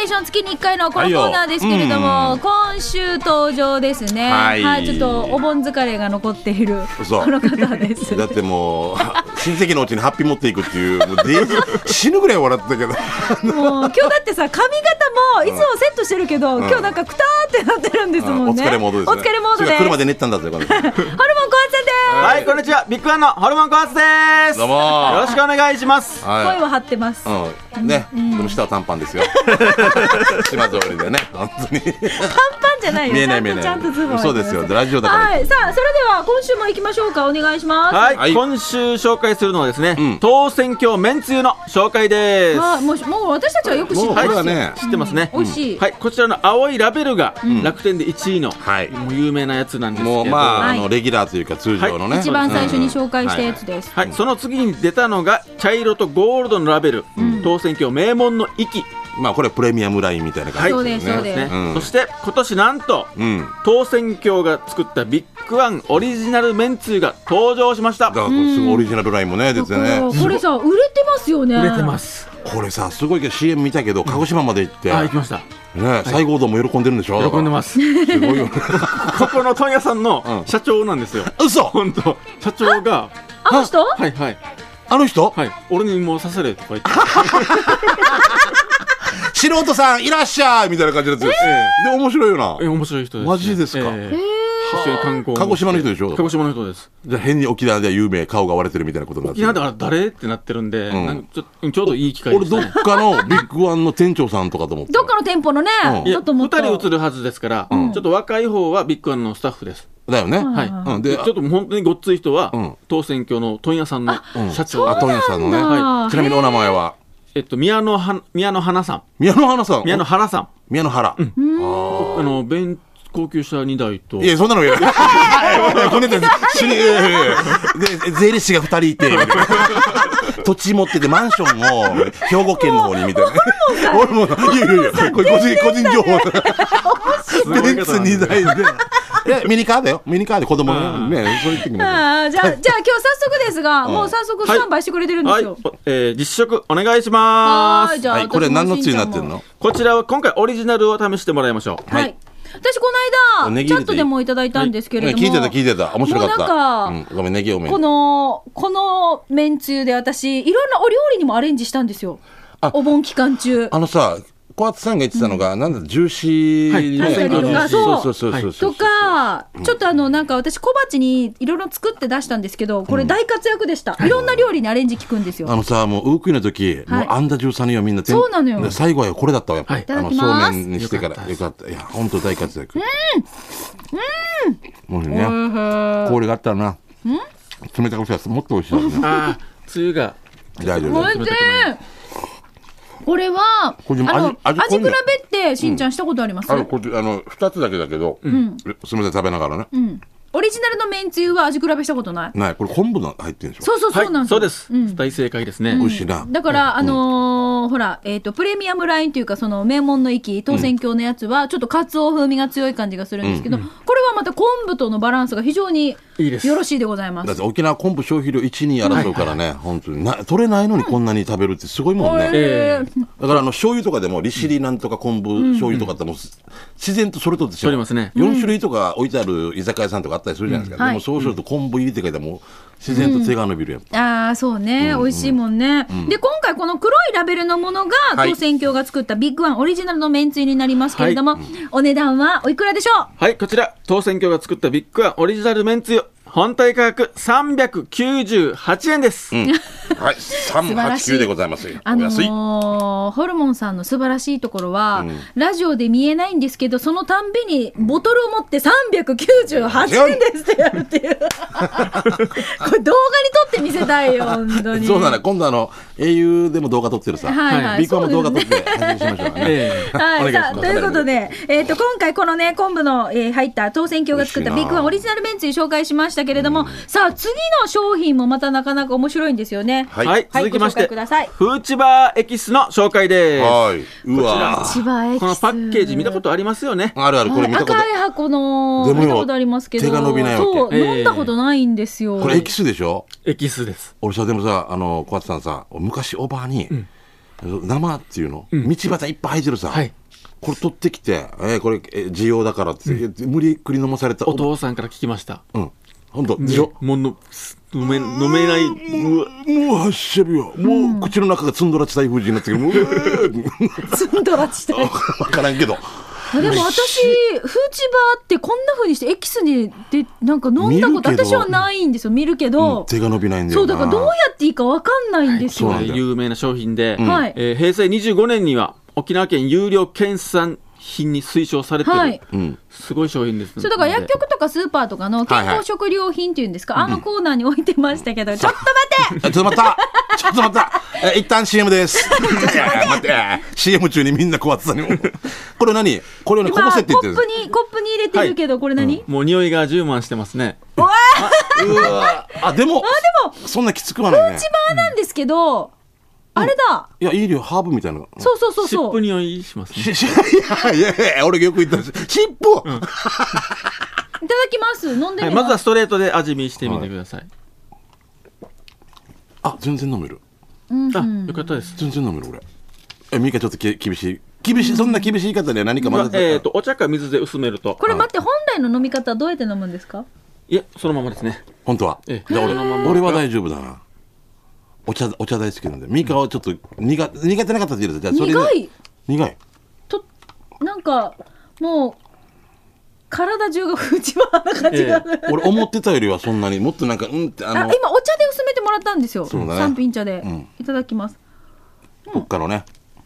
ーション月に1回のこのコーナーですけれども、今週登場ですね。はい、ちょっとお盆疲れが残っているこの方です。 だってもう親戚のうちにハッピー持っていくっていう、もう死ぬぐらい笑ってたけどもう今日だってさ、髪型もいつもセットしてるけど、今日なんかクターってなってるんですもんね。 お疲れモードですね。 お疲れモードです。 車で寝たんだぜこれホルモン小松さんです。 はい、こんにちは。ビッグワンのホルモン小松です。 どうもよろしくお願いします。 声は張ってます。 ね、でも下は短パンですよ島通りでね、本当に短パンじゃないよ。 見えない見えない。 ちゃんとズボン。 そうですよ、ラジオだから。 はい、さあそれでは今週も行きましょうか。お願いします。 はい、今週紹介するのはですね、当選挙めんつゆの紹介です。 もう私たちはよく知ってますよ。 知ってますね。 美味しい。 はい、こちらの青いラベルが楽天で1位のもう有名なやつなんですけど、 もうまあレギュラーというか通常のね、 一番最初に紹介したやつです。 はい、その次に出たのが茶色とゴールドのラベル、当選挙名門の域。 まあこれプレミアムラインみたいな感じですね。 そうですね。 そして今年なんと当選挙が作ったビッグワンオリジナルめんつゆが登場しました。 だからすごいオリジナルラインもね出てね。 これさ売れてますよね。 売れてます。 これさすごいけど CM 見たけど鹿児島まで行って。 行きました。 ね、西郷どんも喜んでるんでしょ。 喜んでます。すごいよ。ここの問屋さんの社長なんですよ。 嘘。 本当。社長があの人？ はいはい。 あの人？ はい。俺にもうさせれとか言って。 素人さんいらっしゃいみたいな感じのやつです。で面白いよな。 面白い人です。 マジですか。 一緒に観光。 鹿児島の人でしょ。 鹿児島の人です。 じゃあ変に沖縄では有名、顔が割れてるみたいなことになってる。 沖縄だから誰ってなってるんで、ちょうどいい機会ですね。 俺どっかのビッグワンの店長さんとかと思って。 どっかの店舗のね。 2人映るはずですから、ちょっと若い方はビッグワンのスタッフです。 だよね。 はい。でちょっと本当にごっつい人は当選挙の問屋さんの社長。 問屋さんのね。ちなみにお名前は。 宮野花さん。 宮野花さん。 宮野原さん。 宮野原。 高級車2台と。 いや、そんなのいらない。これで、税理士が2人いて、土地持っててマンションを兵庫県の方にみたいな。俺も、いや、これ個人情報。ベンツ2台で。いや、ミニカーだよ。ミニカーで子供のね、そういう時に。 じゃあ今日早速ですが、もう早速スタンバイしてくれてるんですよ。 実食お願いします。 はい、 これ何のつゆになってるの？ こちらは今回オリジナルを試してもらいましょう。 はい。私この間チャットでもいただいたんですけれども、 聞いてた面白かった。 なんか、 ごめんネギ多め。 このめんつゆで私いろんなお料理にもアレンジしたんですよ。お盆期間中。 さ、小松さんが言ってたのが、なんだジューシーね、 そうとか、ちょっとなんか私小鉢にいろいろ作って出したんですけど、これ大活躍でした。いろんな料理にアレンジ効くんですよ。 さ、もうウークイの時、もうあんだ13人はみんなそうなのよ。 最後はこれだったわやっぱり。 そうめんにしてからよかった。いや本当大活躍。もうね、氷があったらな、冷たくしたらもっと美味しいだね。 ああ、つゆが大丈夫。 これは味比べってしんちゃんしたことあります ？2つだけだけど、すみません食べながらね。 オリジナルのめんつゆは味比べしたことない？ ない。これ昆布の入ってるんでしょ？ そうなんです。 そうです。大正解ですね。 美味しいな。 だからほらプレミアムラインというかその名門の域当選郷のやつはちょっとカツオ風味が強い感じがするんですけど、これはまた昆布とのバランスが非常によろしいでございます。 だって沖縄昆布消費量1、2争うからね、本当に取れないのにこんなに食べるってすごいもんね。だから醤油とかでも利尻なんとか昆布醤油とかっても自然とそれとってしょ。 取れますね。 4種類とか置いてある居酒屋さんとかあったりするじゃないですか。でもそうすると昆布入れてからも自然と手が伸びるやん。 ああそうね、美味しいもんね。で今回この黒いラベルのものが当選郷が作ったビッグワンオリジナルのめんつゆになりますけれども、お値段はおいくらでしょう？ はい、こちら当選郷が作ったビッグワンオリジナルめんつゆ本体価格398円です。 はい、389でございますよ。お安い。 ホルモンさんの素晴らしいところは、ラジオで見えないんですけど、そのたんびにボトルを持って398円ですってやるっていう。これ動画に撮って見せたいよ本当に。 そうだね。今度au でも動画撮ってるさ。ビッグワンも動画撮って配信しましょうね。 はい、さあということで、今回このね昆布の入った当選郷が作ったビッグワンオリジナルめんつゆ紹介しましたけれども、さあ次の商品もまたなかなか面白いんですよね。 はい、続きましてご紹介ください。 フーチバーエキスの紹介です。 はい。うわ。 フーチバーエキス。 このパッケージ見たことありますよね。 あるこれ見たこと。 赤い箱の見たことありますけど、 手が伸びないわけ。 そう飲んだことないんですよ。 これエキスでしょ？ エキスです。 俺さでもさ小松さんさ昔おばあに生っていうの、道端いっぱい生えてるさ、 はい、 これ取ってきて、これ需要だからって、無理くり飲まされたお父さんから聞きました。 本当でしょ。 もう飲めない。 もう発射日よ。もう口の中がツンドラチ台風になってくる。 ツンドラチ台。 わからんけど。 でも私フーチバーってこんな風にしてエキスにでなんか飲んだこと私はないんですよ。見るけど、 手が伸びないんだよな。 そうだからどうやっていいかわかんないんですよ。 有名な商品で、 はい、 平成25年には沖縄県有料県産品に推奨されてる、はい、すごい商品です。 そうだから薬局とかスーパーとかの健康食料品っていうんですか、のコーナーに置いてましたけど、ちょっと待ってちょっと待った一旦 CM です。待って CM 中にみんな怖さにこれ何これをねこぼせって言ってる。 コップに入れてるけど、これ何、 もう匂いが充満してますね。 うわでもそんなきつくはないね。 フーチバーなんですけど、あれだ。 いや、いいよ、ハーブみたいな。 そう。 湿布匂いしますね。 いや、俺がよく言ったんです。湿布、いただきます。飲んでみます。 まずはストレートで味見してみてください。 全然飲める。 よかったです。 全然飲める、俺。ミカちょっと厳しい。そんな厳しい言い方で何か混ぜて。 お茶か水で薄めると。 これ待って、本来の飲み方はどうやって飲むんですか？ いや、そのままですね。 本当は。じゃあ俺は大丈夫だな。お茶大好きなんで、ミカはちょっと苦手なかったって言うんです。じゃあそれで苦いと、なんかもう体中がフーチバーな感じが、 俺思ってたよりはそんなにもっとなんか今お茶で薄めてもらったんですよ。三品茶で、いただきます。 こっからね。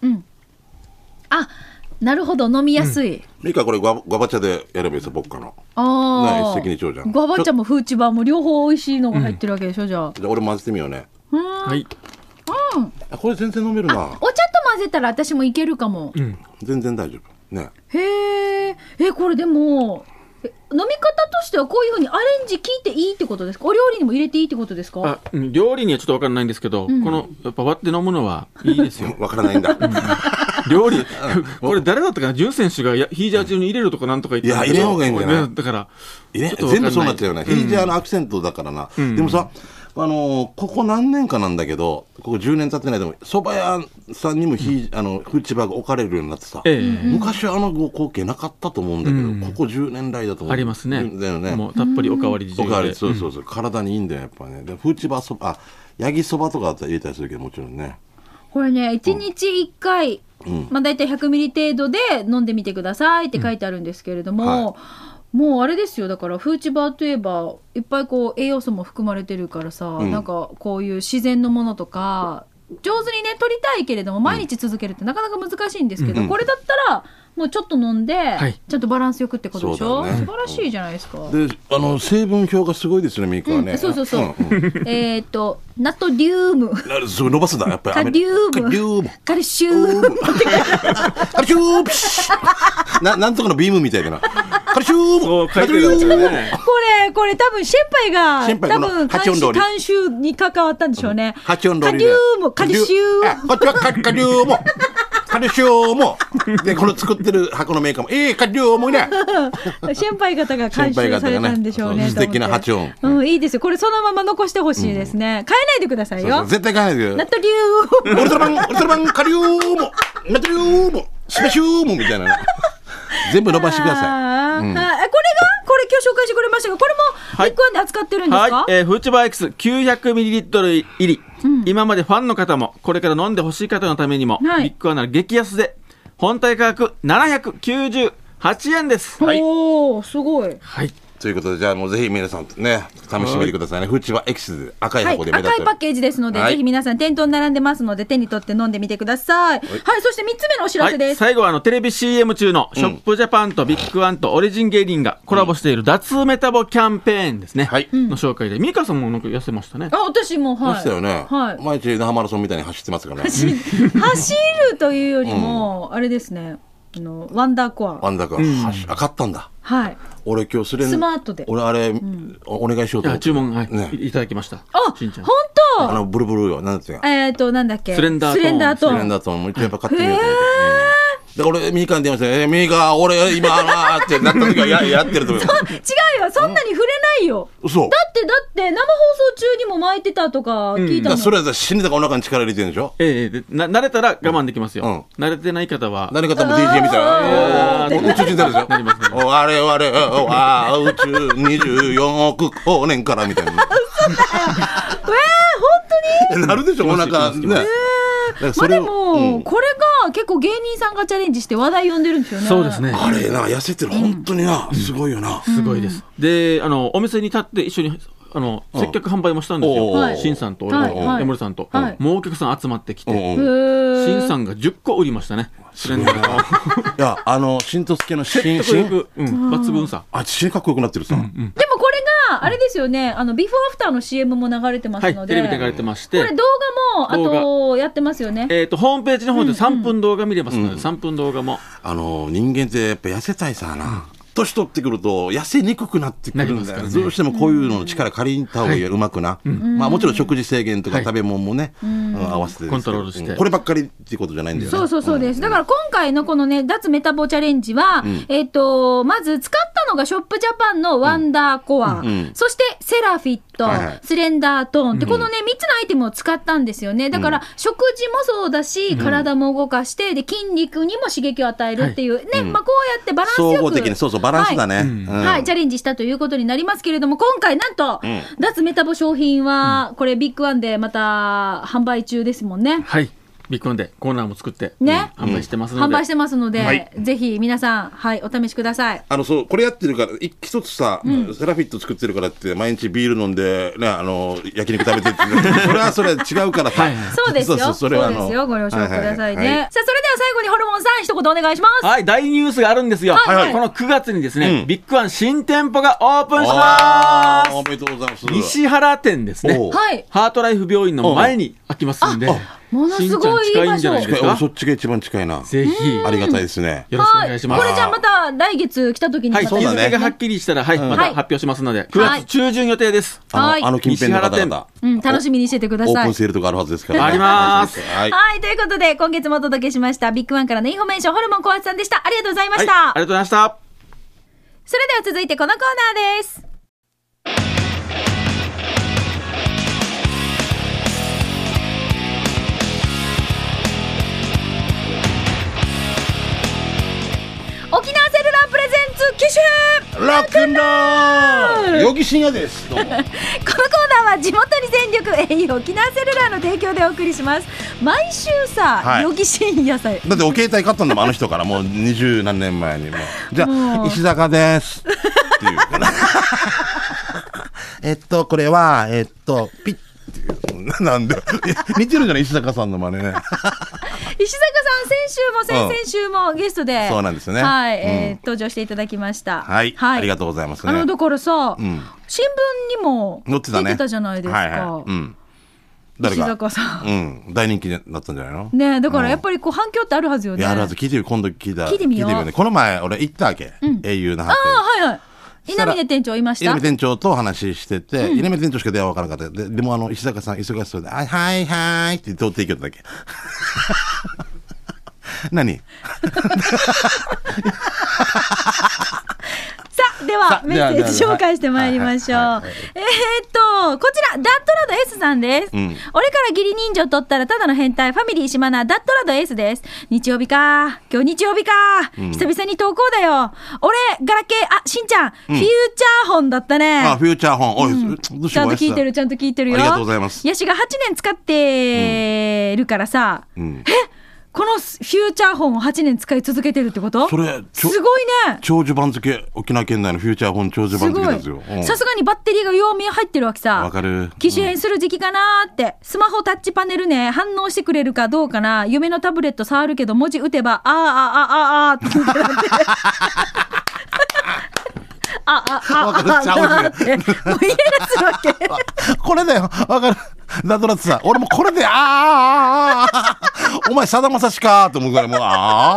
なるほど、飲みやすい。 ミカこれグワバ茶でやればいいですよ、僕から。一石二鳥じゃん。 グワバ茶もフーチバーも両方美味しいのが入ってるわけでしょ。じゃあ俺混ぜてみようね。 はい。 これ全然飲めるな。 お茶と混ぜたら私もいけるかも。 全然大丈夫ね。 へえ。これでも飲み方としてはこういうふうにアレンジ聞いていいってことですか？お料理にも入れていいってことですか？ 料理にはちょっと分からないんですけど、このやっぱ割って飲むのはいいですよ。 分からないんだ。 料理これ誰だったかな、潤選手がヒージャー中に入れるとかなんとか言って、 いや入れん方がいいんじゃない？ だから全部そうなっちゃうよね。ヒージャーのアクセントだからな。でもさ、ここ何年かなんだけど、ここ10年経ってないでも蕎麦屋さんにもフーチバーが置かれるようになってさ、昔は光景なかったと思うんだけど、ここ10年来だと思う。 ありますね。 だよね。 もうたっぷりおかわり自由で。 そう体にいいんだよやっぱね。でフーチバーヤギそばとかだったら入れたりするけど、もちろんね。 これね、1日1回、だいたい100ミリ程度で飲んでみてくださいって書いてあるんですけれども、もうあれですよ。だからフーチバーといえばいっぱい栄養素も含まれてるからさ、なんかこういう自然のものとか上手にね取りたいけれども毎日続けるってなかなか難しいんですけど、これだったらもうちょっと飲んで、ちゃんとバランスよくってことでしょ。素晴らしいじゃないですか。 で成分表がすごいですよね、ミカはね。 そうナトリウム、 すごい伸ばすんだやっぱり。カリウムカルシウムカルシウムなんとかのビームみたいだな。カルシウム書いてるんですよね。 これ多分シェンパイが多分監修に関わったんでしょうね。カリウムカルシウム、 こっちはカリウムカルシウムで、この作ってる箱のメーカーもカリウムね。 先輩方が監修されたんでしょうね。 素敵な発音。 いいですよ。これそのまま残してほしいですね。変えないでくださいよ。 絶対変えないで。 ナトリウムオルトラマンカリウムナトリウムスペシウムみたいな。全部伸ばしてください。 これ今日紹介してくれましたが、これもビッグワンで扱ってるんですか？ フーチバー X 900ml 入り、今までファンの方もこれから飲んでほしい方のためにも、ビッグワンなら激安で本体価格798円です。 おー、すごい。 はい。 ということで、じゃあもうぜひ皆さんね、試してみてくださいね。フーチバー X で赤い箱で目立ってる、 赤いパッケージですので、ぜひ皆さん店頭に並んでますので手に取って飲んでみてください。そして3つ目のお知らせです。 最後はテレビ CM 中のショップジャパンとビッグワンとオリジン芸人がコラボしている脱メタボキャンペーンですね。の紹介で、ミカさんもなんか痩せましたね。 私もましたよね。毎日那覇マラソンみたいに走ってますからね。 走るというよりもあれですね。ワンダーコア。 勝ったんだ。俺今日スマートで。 俺あれ、お願いしようと思って。 注文、いただきました。 本当。 ブルブルよ。なんですか。 なんだっけ。 スレンダートーン。もうやっぱ買ってみようと思って。で俺ミカに電話してミカ俺今ってなった時はやってると思う。 違うよ、そんなに触れないよ。 嘘。 だっって生放送中にも巻いてたとか聞いたの。 それは死にだからお腹に力入れてるんでしょ。 で慣れたら我慢できますよ。慣れてない方は。 慣れ方も DJ みたいな。宇宙人になるでしょ。 なりますね。 我々は宇宙24億光年からみたいな。 本当になるでしょ、お腹ね。 まあでも、これが結構芸人さんがチャレンジして話題呼んでるんですよね。 そうですね。 あれな、痩せてる、本当にな、すごいよな。 すごいです。で、お店に立って一緒に接客販売もしたんですよ。シンさんと俺と山森さんと。もうお客さん集まってきて、シンさんが10個売りましたね。いや、しんとすけのシン抜群さ。 シンかっこよくなってるさ。 でもこれが、あれですよね、ビフォーアフターの CM も流れてますので。 テレビで流れてまして。 これ動画も、あと、やってますよね。 ホームページの方で3分動画見れますので、3分動画も。 人間ってやっぱ痩せたいさな。年取ってくると痩せにくくなってくるんだよ。どうしてもこういうのの力借りた方がうまくな。まあもちろん食事制限とか食べ物もね、合わせてコントロールして。 こればっかりっていうことじゃないんだよね。 そうです。だから今回のこのね、脱メタボチャレンジは、まず使ったのがショップジャパンのワンダーコア、そしてセラフィット、スレンダートーンって、このね、3つのアイテムを使ったんですよね。だから食事もそうだし、体も動かして、で、筋肉にも刺激を与えるっていうね、まあこうやってバランスよく。 総合的に、そうバランスだね。 はい、チャレンジしたということになりますけれども、今回なんと、脱メタボ商品は、これビッグワンでまた販売中ですもんね。 はい。ビッグワンでコーナーも作ってね、 販売してますので、 販売してますので、ぜひ皆さん、はい、お試しください。 そうこれやってるから一つさ、セラフィット作ってるからって毎日ビール飲んでね、焼肉食べてってそれは違うからさ。 そうですよ。そうですよ。ご了承くださいね。さあ、それでは最後にホルモンさん一言お願いします。 はい、大ニュースがあるんですよ。この9月にですね、ビッグワン新店舗がオープンします。 おめでとうございます。 西原店ですね。ハートライフ病院の前に開きますんで。 ものすごい近いんじゃないですか。 そっちが一番近いな。 ぜひありがたいですね。 よろしくお願いします。 これじゃあまた来月来た時に日付がはっきりしたらまた発表しますので、9月中旬予定です。 近辺の方々 楽しみにしててください。 オープンセールとかあるはずですから。 あります。 はい、ということで今月もお届けしましたビッグワンからのインフォメーション、ホルモン小松さんでした。ありがとうございました。 ありがとうございました。 それでは続いてこのコーナーです。沖縄セルラープレゼンツ機種ロックンロール、よぎしんやです。 このコーナーは地元に全力au沖縄セルラーの提供でお送りします。毎週さ、よぎしんやさい。 だってお携帯買ったのもあの人からもう20何年前にも。じゃあ石坂ですっていうこれはピッなんで似てるじゃない、石坂さんの真似ね。 石坂さん先週も先々週もゲストで、 そうなんですね。 はい、登場していただきました。 はい、ありがとうございますね。 だからさ、新聞にも載ってたね。 出てたじゃないですか。 誰が石坂さん、 大人気になったんじゃないのね。だからやっぱりこう反響ってあるはずよね。 あるはず。聞いてみ、今度聞いてみようね。この前俺行ったわけ、au の発表。はい。稲峰店長いました。 稲峰店長と話してて、稲峰店長しか電話分からなかった。でも石坂さん忙しそうで、はいはいって通っていきよっただけ。何さあ、ではメッセージ紹介してまいりましょう。こちらダットラド S さんです。俺から義理人情取ったらただの変態ファミリー島名ダットラド S です。日曜日か、今日日曜日か、久々に投稿だよ。俺ガラケー、しんちゃん、フューチャーホンだったね。 フューチャーホン、おい、 ちゃんと聞いてる、ちゃんと聞いてるよ。 ありがとうございます。 ヤシが8年使ってるからさ、このフューチャーホンを8年使い続けてるってこと？ それすごいね。 長寿番付、沖縄県内のフューチャーホン長寿番付ですよ。 さすがにバッテリーが両面入ってるわけさ。 わかる。 機種変する時期かなーって。スマホタッチパネルね、反応してくれるかどうかな。夢のタブレット触るけど文字打てば、あーって言ってなって。ってもう家出すわけ。 これだよ、わかる。だとなってさ、俺もこれでお前さだまさしかと思うから、もう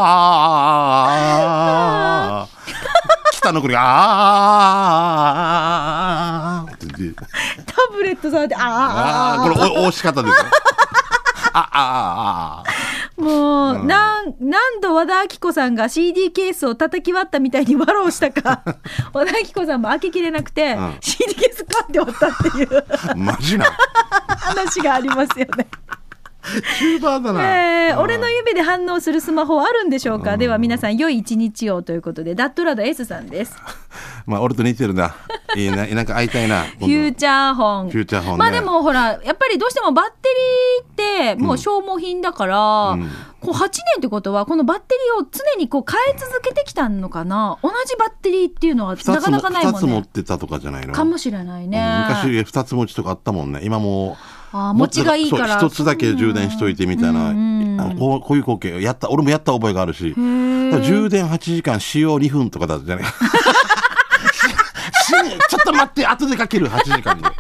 北の国タブレット触ってこれ押し方ですよ。 もう、何度和田アキ子さんが CD ケースを叩き割ったみたいに笑をしたか和田アキ子さんも開けきれなくて、CD ケースかっておったっていうマジな話がありますよね。 チューバーだな、 俺の指で反応するスマホはあるんでしょうか。では皆さん良い一日をということで、ダットラド S さんです。 まあ俺と似てるな。いいな、なんか会いたいな。 フューチャーホン。 フューチャーホンね。 まあでもほらやっぱりどうしてもバッテリーってもう消耗品だから、こう8年ってことはこのバッテリーを常にこう変え続けてきたのかな。同じバッテリーっていうのはなかなかないもんね。 2つ持ってたとかじゃないのかもしれないね。 昔2つ持ちとかあったもんね。今も持ちがいいから一つだけ充電しといてみたいな、こういう光景俺もやった覚えがあるし、充電8時間使用2分とかだったじゃないちょっと待って後でかける8時間で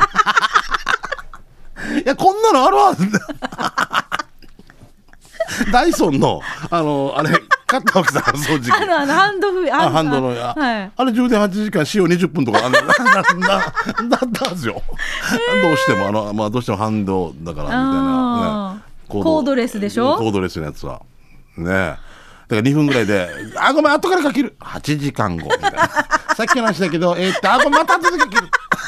いやこんなのあるわダイソンのあれ買ったわけさ掃除機ハンドのあれ充電8時間使用20分とかだったんですよどうしてもまあどうしてもハンドだからみたいな、ね、 コードレスでしょ。 コードレスのやつはねだから2分ぐらいでごめん後からかける8時間後みたいなさっきの話だけどごめんまた後でかける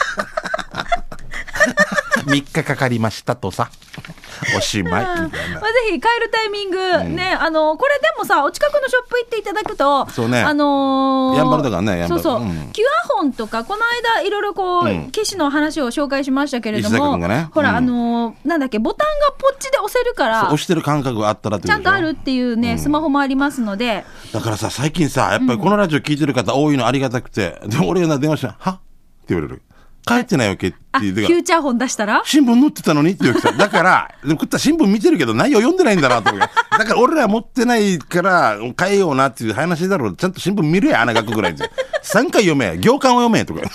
3日かかりましたとさおしまいみたいな、 ぜひ帰るタイミング、ねこれでもさお近くのショップ行っていただくとそうねやんばるだからねやんばるキュアホンとかこの間いろいろこう、機種の話を紹介しましたけれども、 ね、 ほらなんだっけボタンがポッチで押せるから押してる感覚があったらってちゃんとあるっていうね、スマホもありますのでだからさ最近さやっぱりこのラジオ聞いてる方多いのありがたくて、でも俺が電話したらはって言われる帰ってないわけってフューチャー本出したら新聞載ってたのにって言うだからでも食った新聞見てるけど内容読んでないんだなと思うだから俺ら持ってないから変えようなっていう話だろうちゃんと新聞見るや穴がくぐらいで3回読め行間を読めとか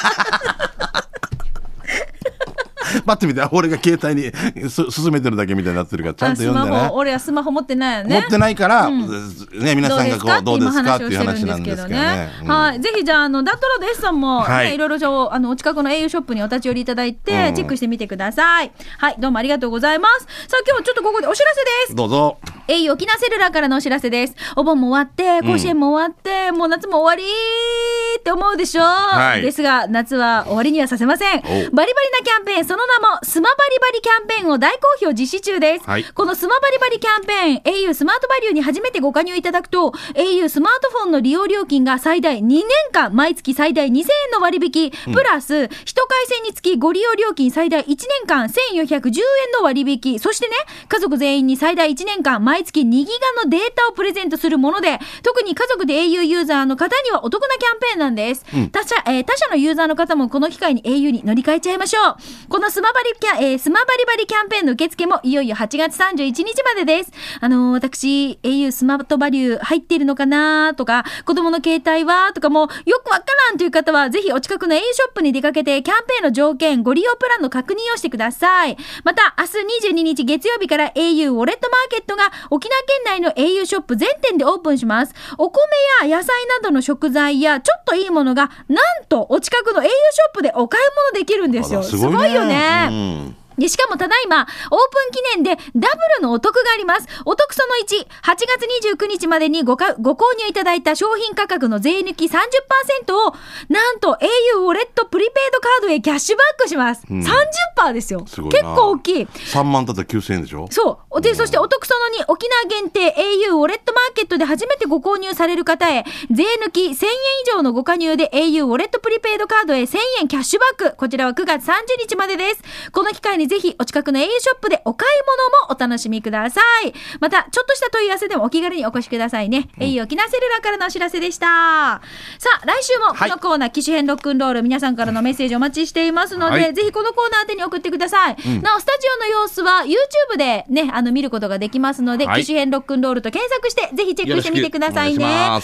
待ってみて俺が携帯に進めてるだけみたいになってるからちゃんと読んでね。 俺はスマホ持ってないよね。 持ってないから、ね皆さんがこうどうですかっていう話なんですけどね。 はい、ぜひじゃあダットラド S さんも、いろいろお近くの au ショップにお立ち寄りいただいて、チェックしてみてください。はいどうもありがとうございます。さあ今日はちょっとここでお知らせです。 どうぞ。 au 沖縄セルラーからのお知らせです。お盆も終わって甲子園も終わって、もう夏も終わりって思うでしょう、ですが夏は終わりにはさせません。バリバリなキャンペーン、その名もスマバリバリキャンペーンを大好評実施中です、このスマバリバリキャンペーン au スマートバリューに初めてご加入いただくと au スマートフォンの利用料金が最大2年間毎月最大2000円の割引、プラス1回線につきご利用料金最大1年間1410円の割引、そしてね家族全員に最大1年間毎月2ギガのデータをプレゼントするもので、特に家族で au ユーザーの方にはお得なキャンペーンなんです、他社のユーザーの方もこの機会に au に乗り換えちゃいましょう。このスマバリバリキャンペーンの受付もいよいよ8月31日までです。私 au スマートバリュー入っているのかなとか子供の携帯はとかもよくわからんという方はぜひお近くの au ショップに出かけてキャンペーンの条件ご利用プランの確認をしてください。また明日22日月曜日から au ウォレットマーケットが沖縄県内の au ショップ全店でオープンします。お米や野菜などの食材やちょっといいものがなんとお近くの au ショップでお買い物できるんですよ。すごいよね。でしかもただいまオープン記念でダブルのお得があります。お得その1、8月29日までにご購入いただいた商品価格の税抜き 30% をなんと au ウォレットプリペイドカードへキャッシュバックします、30% ですよ。結構大きい。3 万だったら9000円でしょ。 そうで、そしてお得その2、沖縄限定 au ウォレットマーケットで初めてご購入される方へ税抜き1000円以上のご加入で au ウォレットプリペイドカードへ1000円キャッシュバック。こちらは9月30日までです。この機会にぜひお近くの au ショップでお買い物もお楽しみください。またちょっとした問い合わせでもお気軽にお越しくださいね、au 沖縄セルラーからのお知らせでした。さあ来週もこのコーナー、機種編ロックンロール皆さんからのメッセージお待ちしていますので、ぜひこのコーナー宛てに送ってください、なおスタジオの様子は YouTube でね見ることができますので、機種編ロックンロールと検索してぜひチェックしてみてくださいね。はい、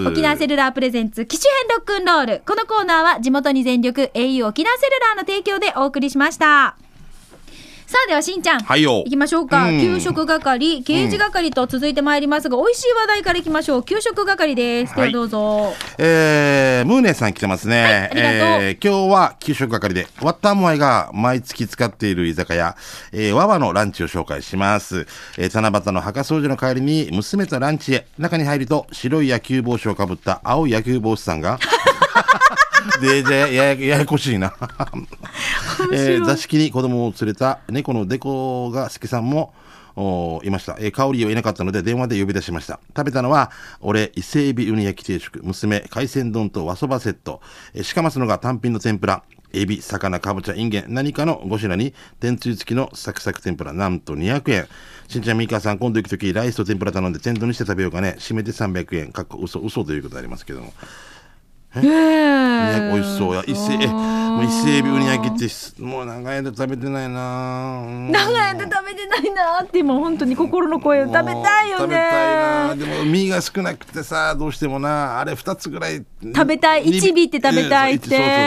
沖縄セルラープレゼンツ機種編ロックンロール、このコーナーは地元に全力 au 沖縄セルラーの提供でお送りしました。さあではしんちゃん、行きましょうか。給食係、刑事係と続いてまいりますが、美味しい話題からいきましょう。給食係です。ではどうぞ。 ムーネさん来てますね。 ありがとう。 今日は給食係でワッタンモアイが毎月使っている居酒屋、ワワのランチを紹介します。七夕の墓掃除の帰りに娘とランチへ、中に入ると白い野球帽子をかぶった青い野球帽子さんがで、じゃあややこしいな。座敷に子供を連れた猫のデコが好きさんもいました。香りはいなかったので電話で呼び出しました。食べたのは、俺、伊勢海老ウニ焼き定食、娘、海鮮丼と和そばセット、鹿ますのが単品の天ぷら、エビ、魚、かぼちゃ、インゲン、何かの5品に、天つゆ付きのサクサク天ぷら、なんと200円。しんちゃん、みーかさん、今度行くとき、ライスと天ぷら頼んで、天丼にして食べようかね。締めて300円。かっこ嘘ということでありますけども。美味しそうや。伊勢海老ウニ焼きってもう長い間食べてないな。 長い間食べてないなってもう本当に心の声を食べたいよね。 食べたいな。でも身が少なくてさ、どうしてもな、あれ2つぐらい食べたい。1尾って食べたいって。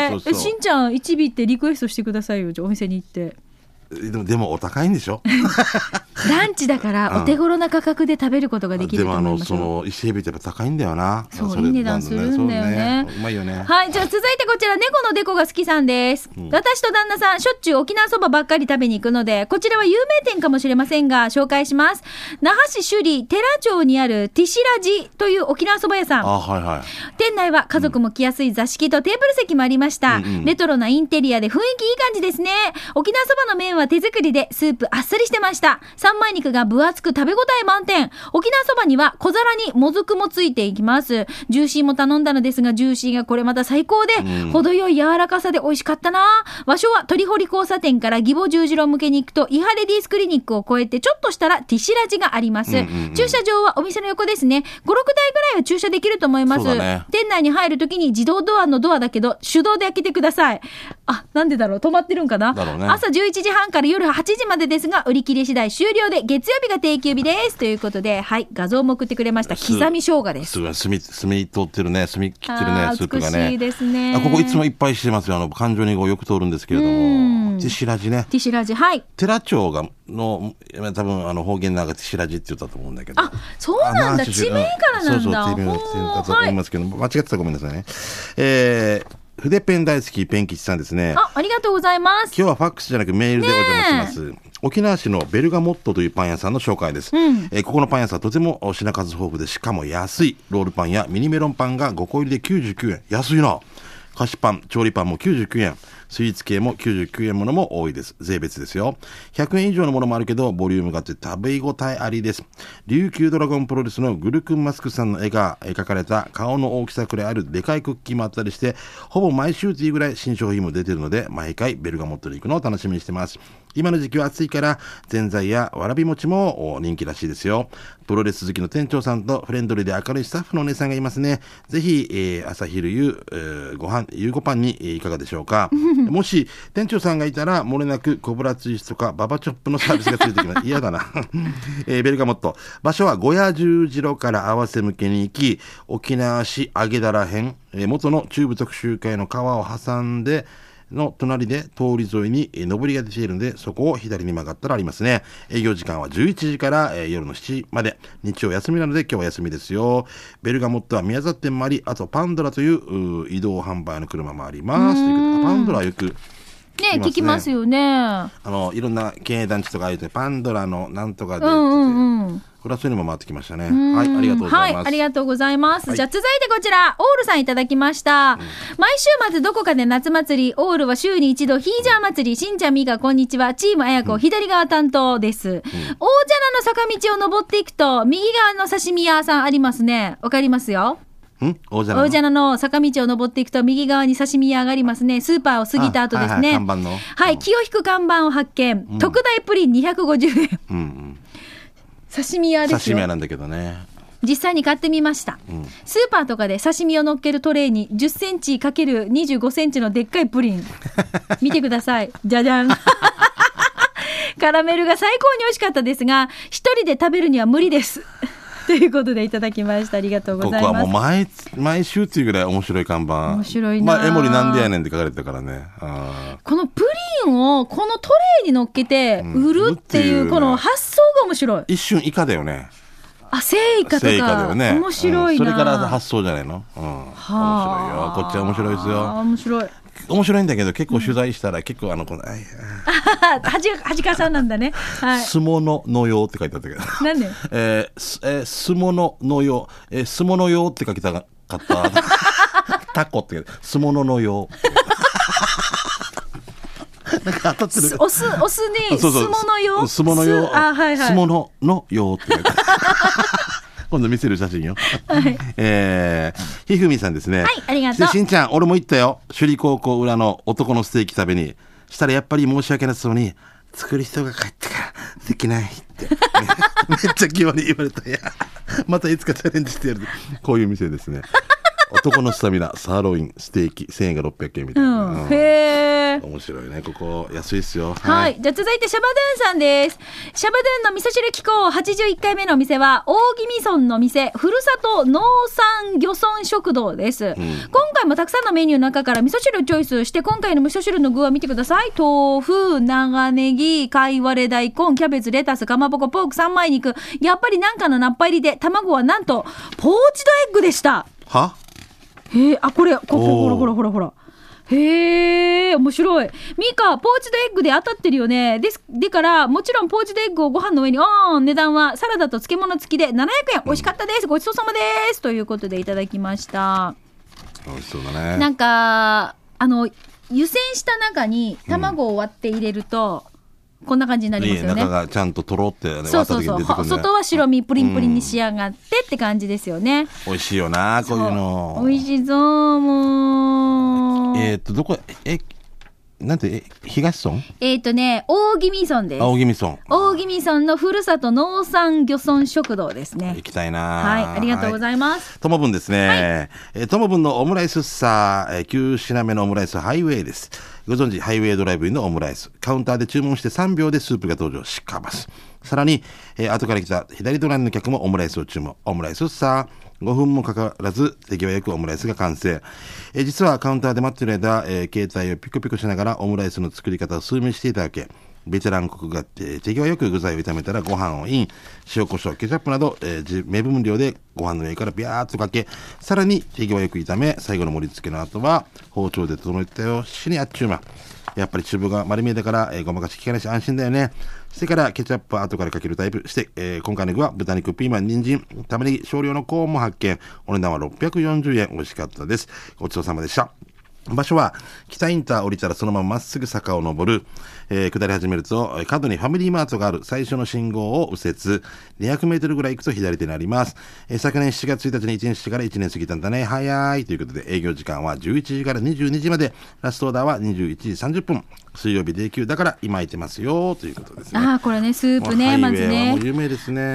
そうしんちゃん1尾ってリクエストしてくださいよ。じゃあお店に行って。 でもお高いんでしょ。 ランチだからお手頃な価格で食べることができると思います。 でも伊勢海老ってやっぱ高いんだよな。 そういい値段するんだよね。 うまいよね。 はい、じゃあ続いてこちら、猫のデコが好きさんです、私と旦那さんしょっちゅう沖縄そばばっかり食べに行くので、こちらは有名店かもしれませんが紹介します。那覇市首里寺町にあるティシラジという沖縄そば屋さん。 はいはい。 店内は家族も来やすい座敷とテーブル席もありました、レトロなインテリアで雰囲気いい感じですね。沖縄そばの麺は手作りでスープあっさりしてました。三枚肉が分厚く食べ応え満点。沖縄そばには小皿にもずくもついていきます。ジューシーも頼んだのですが、ジューシーがこれまた最高で、程よい柔らかさで美味しかったな。場所は鳥堀交差点から義母十字路向けに行くとイハレディースクリニックを越えてちょっとしたらティシラジがあります、駐車場はお店の横ですね。5、6台ぐらいは駐車できると思います、店内に入るときに自動ドアのドアだけど手動で開けてください。なんでだろう、止まってるんかな、朝11時半から夜8時までですが売り切れ次第終了で、月曜日が定休日ですということで、はい、画像も送ってくれました。刻み生姜です。 すみ通ってるね、澄み切ってるね、スープがね。 美しいですね。 ここいつもいっぱいしてますよ。環状2号よく通るんですけれども、ティシラジね。 ティシラジ、はい。 寺町がの多分方言なんかティシラジって言ったと思うんだけど。 そうなんだ。地名からなんだ。 そう地名だと思いますけど、間違ってたらごめんなさいね。筆ペン大好きペン吉さんですね。 ありがとうございます。 今日はファックスじゃなくメールでお邪魔します。沖縄市のベルガモットというパン屋さんの紹介です、ここのパン屋さんはとても品数豊富で、しかも安い。ロールパンやミニメロンパンが5個入りで99円。安いな。菓子パン、調理パンも99円。スイーツ系も99円ものも多いです。税別ですよ。100円以上のものもあるけど、ボリュームがあって食べ応えありです。琉球ドラゴンプロレスのグルクンマスクさんの絵が描かれた顔の大きさくらいあるでかいクッキーもあったりして、ほぼ毎週というぐらい新商品も出てるので、毎回ベルガモットに行くのを楽しみにしてます。今の時期は暑いから、ぜんざいやわらび餅も人気らしいですよ。プロレス好きの店長さんとフレンドリーで明るいスタッフのお姉さんがいますね。ぜひ、朝昼夕、夕ごパンにいかがでしょうか。もし店長さんがいたら漏れなくコブラツイストかババチョップのサービスがついてきます。嫌だな、ベルガモット。場所は小屋十字路から合わせ向けに行き、沖縄市揚げだら辺、元の中部特集会の川を挟んでの隣で通り沿いに上りが出ているので、そこを左に曲がったらありますね。営業時間は11時から、夜の7時まで。日曜休みなので今日は休みですよ。ベルガモットは宮崎店もあり、あとパンドラという移動販売の車もあります。ということで、パンドラはよく聞きますよね。 いろんな経営団地とかああいうとパンドラのなんとかでって言って、これはそういうのも回ってきましたね。はい、ありがとうございます。 はい、ありがとうございます。じゃあ続いてこちら、オールさんいただきました。毎週末どこかで夏祭り、オールは週に一度ヒージャー祭り、しんちゃんみーがこんにちは、チームあやこ、左側担当です。大蛇名の坂道を登っていくと、右側の刺身屋さんありますね。わかりますよ。大蛇名の坂道を登っていくと右側に刺身屋がありますね。スーパーを過ぎた後ですね。 看板の。 はい、気を引く看板を発見。特大プリン250円。刺身屋ですよ。 刺身屋なんだけどね。 実際に買ってみました、スーパーとかで刺身を乗っけるトレーに10センチ ×25 センチのでっかいプリン見てください。じゃじゃんカラメルが最高に美味しかったですが、一人で食べるには無理ですということでいただきました。ありがとうございます。 ここはもう毎週っていうぐらい面白い看板。 面白いな。 江森なんでやねんって書かれてたからね。 このプリンをこのトレーに乗っけて売るっていうこの発想が面白い。 一瞬イカだよね。 聖イカとか。聖イカだよね。面白いな。 それから発想じゃないの。面白いよ。こっちは面白いですよ。 面白い。 面白いんだけど、結構取材したら結構このはじかさんなんだね。はい。 相撲のようって書いてあったけど。 なんで？ 相撲のよう、相撲のようって書きたかった。 タコって相撲のよなんか当たってる。 お酢に相撲のよ。 相撲のよ。 あ、はいはい。 相撲のよって今度見せる写真よ。はい。ひふみさんですね。 はい、ありがとう。 しんちゃん、俺も行ったよ。首里高校裏の男のステーキ食べに。したらやっぱり申し訳なさそうに、作る人が帰ってからできないって。めっちゃ気悪い言われた。いや、またいつかチャレンジしてやる。こういう店ですね。男のスタミナ、サーロイン、ステーキ、1000円が600円みたいな。 うん、へー。 面白いね。ここ、安いっすよ。 はい。じゃあ続いて、シャバドゥンさんです。シャバドゥンの味噌汁機構81回目のお店は、大宜味村の店、ふるさと農産漁村食堂です。今回もたくさんのメニューの中から味噌汁をチョイスして、今回の味噌汁の具は見てください。豆腐、長ネギ、貝割れ大根、キャベツ、レタス、かまぼこ、ポーク、三枚肉。やっぱりなんかのナッパ入りで、卵はなんと、ポーチドエッグでした。 は？ へえ、あ、これ、ほら。へえ、面白い。ミカ、ポーチドエッグで当たってるよね。でから、もちろんポーチドエッグをご飯の上に値段はサラダと漬物付きで700円。美味しかったです。ごちそうさまです。ということでいただきました。 美味しそうだね。 なんか、湯煎した中に卵を割って入れると、こんな感じになりますよね。 中がちゃんととろって、ね、 そう、外は白身プリンプリンに仕上がってって感じですよね。 美味しいよな、こういうの。 美味しそう、もう。 どこ、なんて、東村？ 大宜味村です。 大宜味村。 大宜味村のふるさと農産漁村食堂ですね。 行きたいな。 はい、ありがとうございます。 ともぶんですね。ともぶんのオムライスさ、9品目のオムライスハイウェイです。ご存知、ハイウェイドライブインのオムライス。カウンターで注文して3秒でスープが登場しかます。さらに、後から来た左隣の客もオムライスを注文。オムライスさ、5分もかからず手際よくオムライスが完成。実はカウンターで待っている間、携帯をピコピコしながらオムライスの作り方を数名していたわけ。ベテランコクがあって手際よく具材を炒めたらご飯をイン、塩コショウ、ケチャップなど、目分量でご飯の上からビャーっとかけ、さらに手際よく炒め、最後の盛り付けの後は包丁で整えたよ。死にあっちゅうま。やっぱり厨房が丸見えだから、ごまかし効かないし安心だよね。してからケチャップは後からかけるタイプして、今回の具は豚肉、ピーマン、人参、玉ねぎ、少量のコーンも発見。お値段は640円。美味しかったです。ごちそうさまでした。場所は北インター降りたらそのまままっすぐ坂を登る、下り始めると角にファミリーマートがある。最初の信号を右折200メートルぐらい行くと左手になります。昨年7月1日に1年してから1年過ぎたんだね。早いということで営業時間は11時から22時まで、ラストオーダーは21時30分、水曜日定休だから今空いてますよということですね。 これね、スープね、まずね、 もう有名ですね。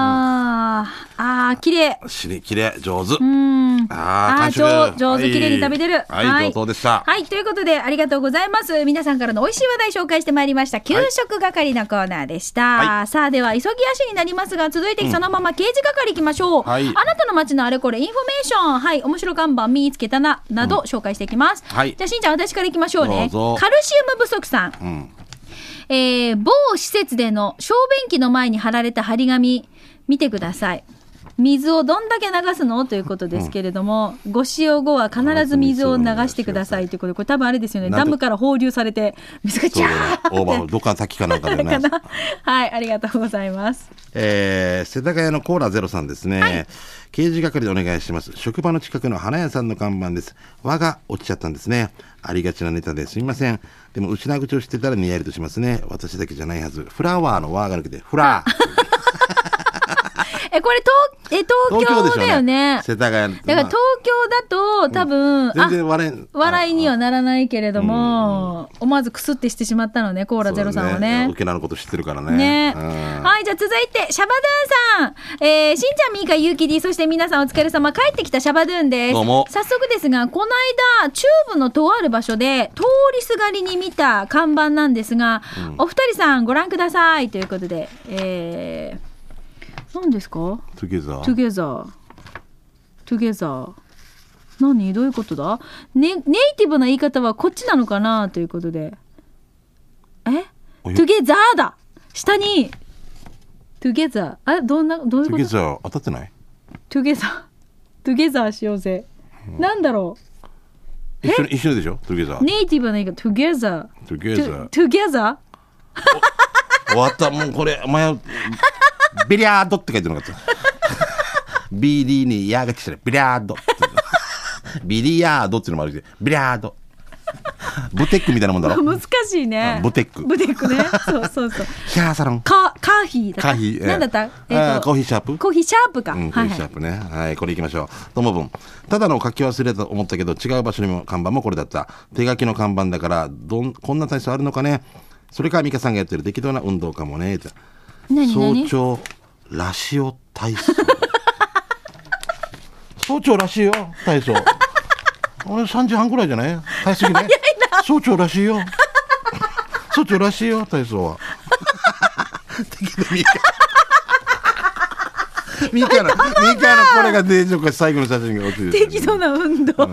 綺麗、 綺麗、上手。 上手、綺麗に食べてる。 はい、上等でした。 はい、ということでありがとうございます。皆さんからの美味しい話題紹介してまいりました。給食係のコーナーでした。さあ、では急ぎ足になりますが、続いてそのまま刑事係いきましょう。あなたの街のあれこれインフォメーション、面白看板見つけたななど紹介していきます。じゃあしんちゃん、私からいきましょうね。カルシウム不足さん、某施設での小便器の前に貼られた張り紙見てください。水をどんだけ流すのということですけれども、ご使用後は必ず水を流してくださいということで、これ多分あれですよね、ダムから放流されて水がジャーってオーバーどっかの滝かなんかでねはい、ありがとうございます。 世田谷のコーラゼロさんですね、刑事係でお願いします。職場の近くの花屋さんの看板です。輪が落ちちゃったんですね。ありがちなネタですみません。でも失う口を知ってたらにやりとしますね。私だけじゃないはず。フラワーの輪がなくてフラーこれ東京だよね。 世田谷。 だから東京だと多分、 全然笑いにはならないけれども、思わずクスってしてしまったのね、コーラゼロさんはね。 沖縄のこと知ってるからね。 はい、じゃあ続いてシャバドゥンさん、しんちゃん、みーか、ゆうき D、そして皆さんお疲れ様。帰ってきたシャバドゥンです。 どうも。 早速ですが、この間中部のとある場所で通りすがりに見た看板なんですが、お二人さんご覧くださいということで、何ですか？ トゥゲザー。何？どういうことだ？ ネイティブな言い方はこっちなのかなということで。トゥゲザーだ。下にトゥゲザー。どういうこと？トゥゲザー当たってない？ トゥゲザーしようぜ。なんだろう。一緒でしょ？トゥゲザー。 ネイティブな言い方。トゥゲザー。 終わった。もうこれビリヤードって書いてなかった。BD にヤーが来てる。ビリヤード。 ビリヤードっていうのもあるけど、ビリヤード。ブテックみたいなもんだろ。 難しいね。 ブテック。 ブテックね。そうそうそう。 ヒャーサロン。 カーヒーだった。 カーヒー。 なんだった？ コーヒーシャープ。 コーヒーシャープか。 コーヒーシャープね。はい、これいきましょう。ともぶん。ただの書き忘れたと思ったけど、違う場所にも看板もこれだった。手書きの看板だから、こんな体操あるのかね。それから美香さんがやってる適当な運動かもね。早朝ラシオ体操。早朝らしいよ体操。俺3時半ぐらいじゃない？早すぎね。早朝らしいよ。早朝らしいよ体操は。ミカのこれがデージョ最後の写真が落ちる。 適度な運動。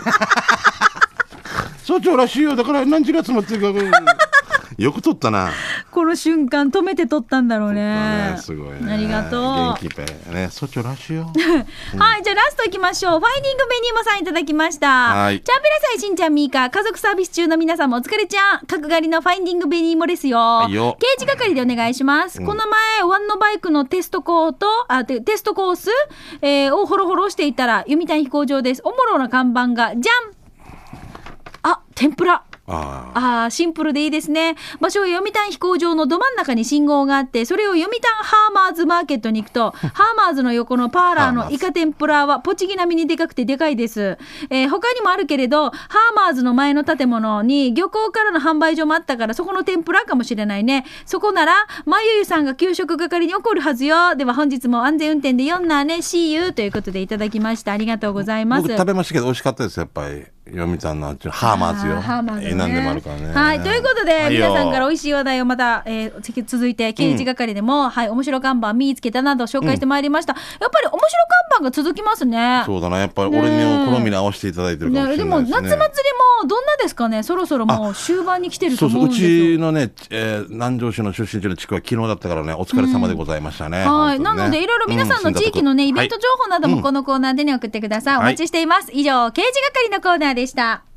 早朝らしいよだから何時が詰まってるか。よく撮ったな。 この瞬間止めて撮ったんだろうね。 すごいね。 ありがとう。 元気ペね。そっちらしいよ。 はい、じゃあラストいきましょう。ファインディングベニーモさんいただきました。 はい。 チャンピラサイしんちゃんみーか家族サービス中の皆さんもお疲れちゃん。角刈りのファインディングベニーモですよ。刑事係でお願いします。この前ワンのバイクのテストコース、をホロホロしていたら読谷飛行場です。おもろな看板がじゃん。あ、天ぷら。シンプルでいいですね。場所は読谷飛行場のど真ん中に信号があって、それを読谷ハーマーズマーケットに行くと、ハーマーズの横のパーラーのイカ天ぷらはポチギ並みにでかくてでかいです。他にもあるけれど、ハーマーズの前の建物に漁港からの販売所もあったから、そこの天ぷらかもしれないね。そこなら、まゆゆさんが給食係に怒るはずよ。では本日も安全運転で読んだね、See you ということでいただきました。ありがとうございます。 僕食べましたけど美味しかったです、やっぱり。読谷のハーマーズよ。 ハーマーズね。 何でもあるからね。 はい。ということで、皆さんから美味しい話題をまた、続いて、刑事係でも、はい、面白看板見つけたなど紹介してまいりました。やっぱり面白看板が続きますね。 そうだな。やっぱり俺の好みに合わせていただいてるかもしれないですね。でも、 夏祭りもどんなですかね。そろそろもう終盤に来てると思うんですよ。 そうそう。うちのね、南城市の出身地の地区は昨日だったからね、お疲れ様でございましたね。 はい。なので、いろいろ皆さんの地域のね、イベント情報などもこのコーナーでね、送ってください。お待ちしています。以上、刑事係のコーナーでした。